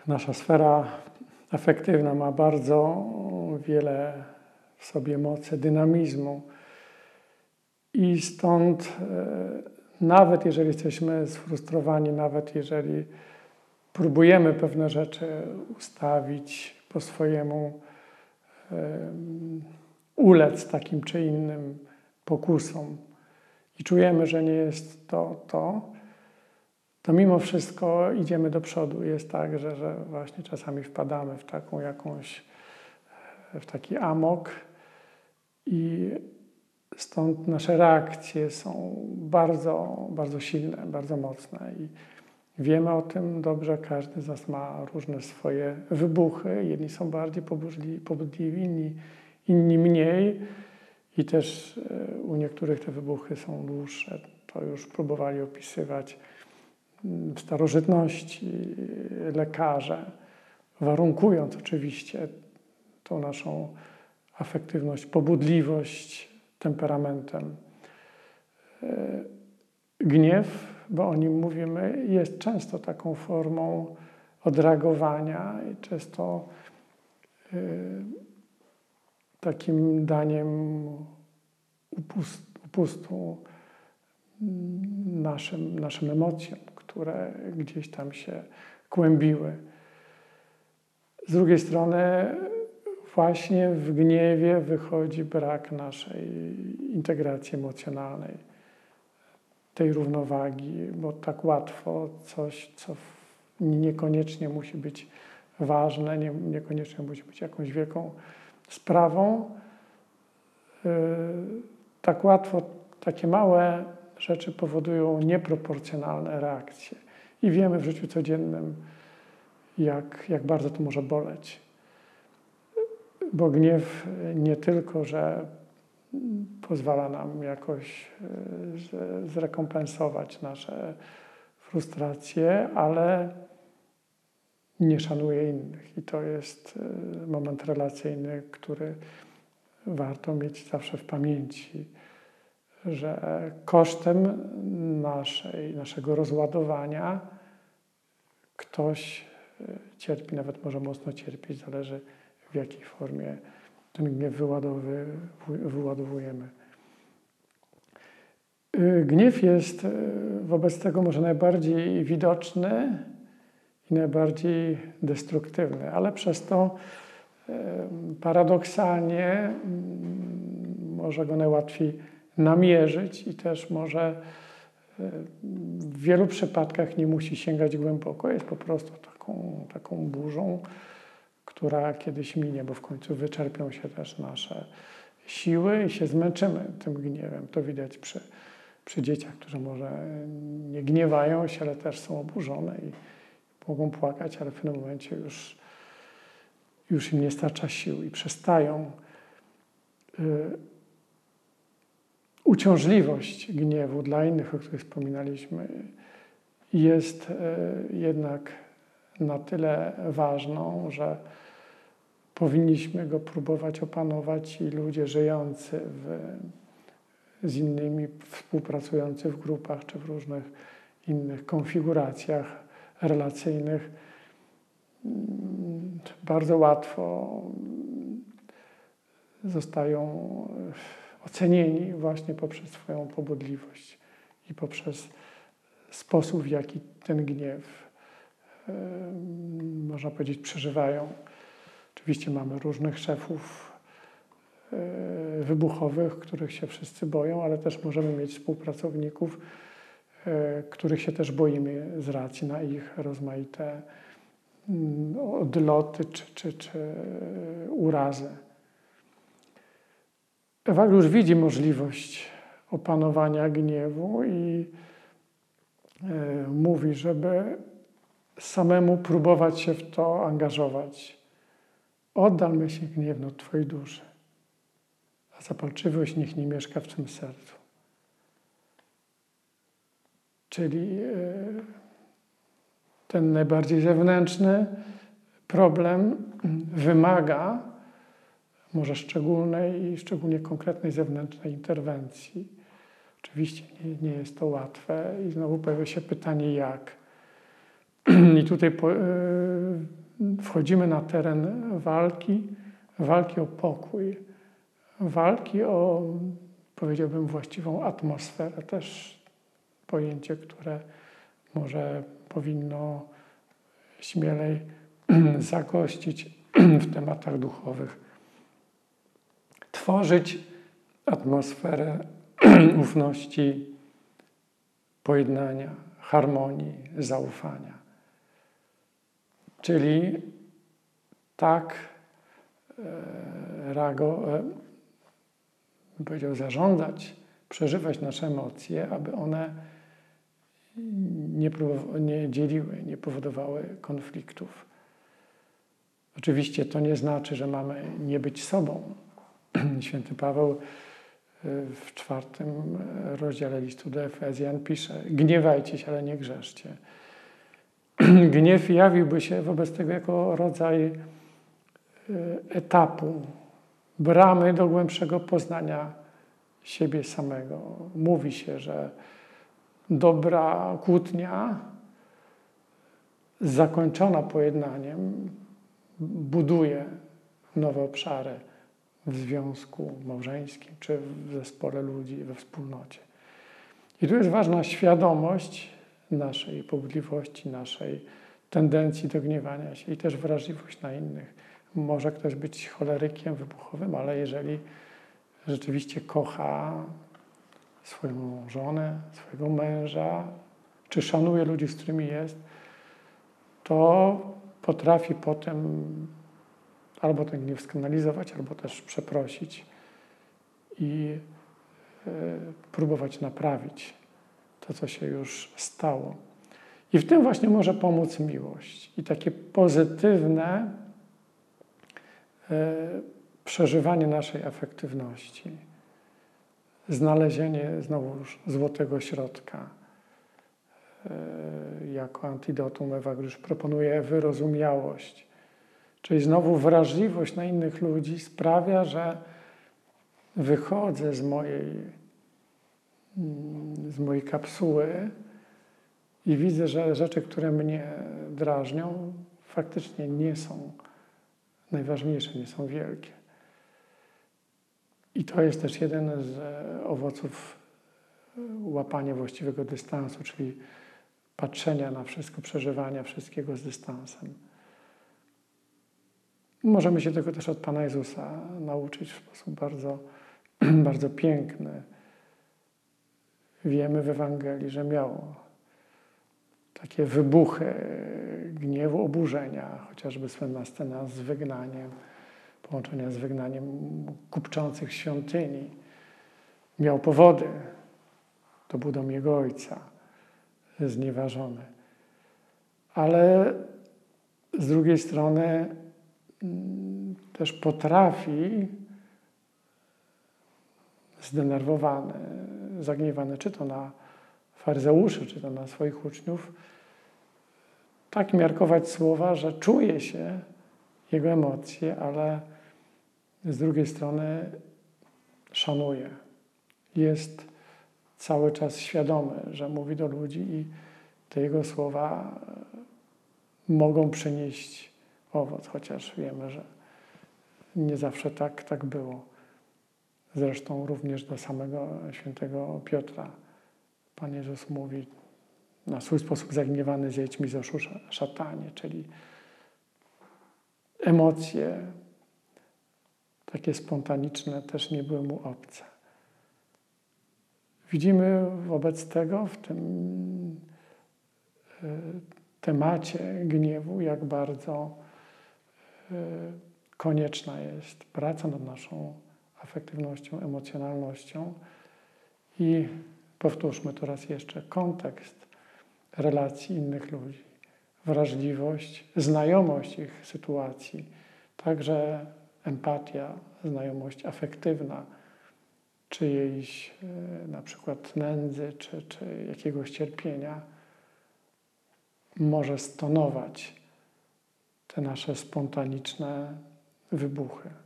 Nasza sfera afektywna ma bardzo wiele w sobie mocy, dynamizmu i stąd nawet jeżeli jesteśmy sfrustrowani, nawet jeżeli próbujemy pewne rzeczy ustawić po swojemu, ulec takim czy innym pokusom i czujemy, że nie jest to mimo wszystko idziemy do przodu. Jest tak, że właśnie czasami wpadamy w taką w taki amok i stąd nasze reakcje są bardzo, bardzo silne, bardzo mocne i wiemy o tym dobrze, każdy z nas ma różne swoje wybuchy. Jedni są bardziej pobudliwi, inni mniej i też u niektórych te wybuchy są dłuższe. To już próbowali opisywać w starożytności lekarze, warunkując oczywiście tą naszą afektywność, pobudliwość temperamentem. Gniew, bo o nim mówimy, jest często taką formą odreagowania i często takim daniem upustu naszym emocjom, które gdzieś tam się kłębiły. Z drugiej strony właśnie w gniewie wychodzi brak naszej integracji emocjonalnej, tej równowagi, bo tak łatwo coś, co niekoniecznie musi być ważne, niekoniecznie musi być jakąś wielką sprawą, tak łatwo takie małe rzeczy powodują nieproporcjonalne reakcje. I wiemy w życiu codziennym, jak bardzo to może boleć. Bo gniew nie tylko, że pozwala nam jakoś zrekompensować nasze frustracje, ale nie szanuje innych. I to jest moment relacyjny, który warto mieć zawsze w pamięci, że kosztem naszego rozładowania ktoś cierpi, nawet może mocno cierpieć, zależy w jakiej formie ten gniew wyładowujemy. Gniew jest wobec tego może najbardziej widoczny i najbardziej destruktywny, ale przez to paradoksalnie może go najłatwiej namierzyć i też może w wielu przypadkach nie musi sięgać głęboko. Jest po prostu taką burzą, która kiedyś minie, bo w końcu wyczerpią się też nasze siły i się zmęczymy tym gniewem. To widać przy dzieciach, którzy może nie gniewają się, ale też są oburzone i mogą płakać, ale w pewnym momencie już im nie starcza sił i przestają. Uciążliwość gniewu dla innych, o których wspominaliśmy, jest jednak na tyle ważną, że powinniśmy go próbować opanować i ludzie żyjący z innymi, współpracujący w grupach czy w różnych innych konfiguracjach relacyjnych bardzo łatwo zostają ocenieni właśnie poprzez swoją pobudliwość i poprzez sposób, w jaki ten gniew, można powiedzieć, przeżywają. Oczywiście mamy różnych szefów wybuchowych, których się wszyscy boją, ale też możemy mieć współpracowników, których się też boimy z racji na ich rozmaite odloty czy urazy. Ewagriusz widzi możliwość opanowania gniewu i mówi, żeby samemu próbować się w to angażować. Oddal myśli gniewną od Twojej duszy, a zapalczywość niech nie mieszka w Twym sercu. Czyli ten najbardziej zewnętrzny problem wymaga może szczególnej i szczególnie konkretnej zewnętrznej interwencji. Oczywiście nie jest to łatwe i znowu pojawia się pytanie jak. I tutaj wchodzimy na teren walki o pokój, walki o, powiedziałbym, właściwą atmosferę. Też pojęcie, które może powinno śmielej zagościć w tematach duchowych. Tworzyć atmosferę ufności, pojednania, harmonii, zaufania. Czyli tak bym powiedział, zarządzać, przeżywać nasze emocje, aby one nie dzieliły, nie powodowały konfliktów. Oczywiście to nie znaczy, że mamy nie być sobą. Święty Paweł w 4 rozdziale listu do Efezjan pisze: gniewajcie się, ale nie grzeszcie. Gniew jawiłby się wobec tego jako rodzaj etapu, bramy do głębszego poznania siebie samego. Mówi się, że dobra kłótnia zakończona pojednaniem buduje nowe obszary w związku małżeńskim, czy w zespole ludzi, we wspólnocie. I tu jest ważna świadomość naszej pobudliwości, naszej tendencji do gniewania się i też wrażliwość na innych. Może ktoś być cholerykiem wybuchowym, ale jeżeli rzeczywiście kocha swoją żonę, swojego męża, czy szanuje ludzi, z którymi jest, to potrafi potem albo ten gniew skanalizować, albo też przeprosić i próbować naprawić to, co się już stało. I w tym właśnie może pomóc miłość i takie pozytywne przeżywanie naszej afektywności. Znalezienie znowuż złotego środka. Jako antidotum Ewa Grzysz proponuje wyrozumiałość. Czyli znowu wrażliwość na innych ludzi sprawia, że wychodzę z mojej kapsuły i widzę, że rzeczy, które mnie drażnią, faktycznie nie są najważniejsze, nie są wielkie. I to jest też jeden z owoców łapania właściwego dystansu, czyli patrzenia na wszystko, przeżywania wszystkiego z dystansem. Możemy się tego też od Pana Jezusa nauczyć w sposób bardzo, bardzo piękny. Wiemy w Ewangelii, że miał takie wybuchy gniewu, oburzenia, chociażby słynna scena z wygnaniem, połączenia z wygnaniem kupczących świątyni. Miał powody. To był dom jego ojca, znieważony. Ale z drugiej strony też potrafi zdenerwowany, zagniewany, czy to na faryzeuszy, czy to na swoich uczniów, tak miarkować słowa, że czuje się jego emocje, ale z drugiej strony szanuje. Jest cały czas świadomy, że mówi do ludzi i te jego słowa mogą przynieść owoc, chociaż wiemy, że nie zawsze tak było. Zresztą również do samego świętego Piotra Pan Jezus mówi: na swój sposób zagniewany zejdź mi z oczu, szatanie, czyli emocje takie spontaniczne też nie były mu obce. Widzimy wobec tego w tym temacie gniewu, jak bardzo konieczna jest praca nad naszą afektywnością, emocjonalnością i powtórzmy to raz jeszcze, kontekst relacji innych ludzi, wrażliwość, znajomość ich sytuacji, także empatia, znajomość afektywna czyjejś na przykład nędzy czy jakiegoś cierpienia może stonować te nasze spontaniczne wybuchy.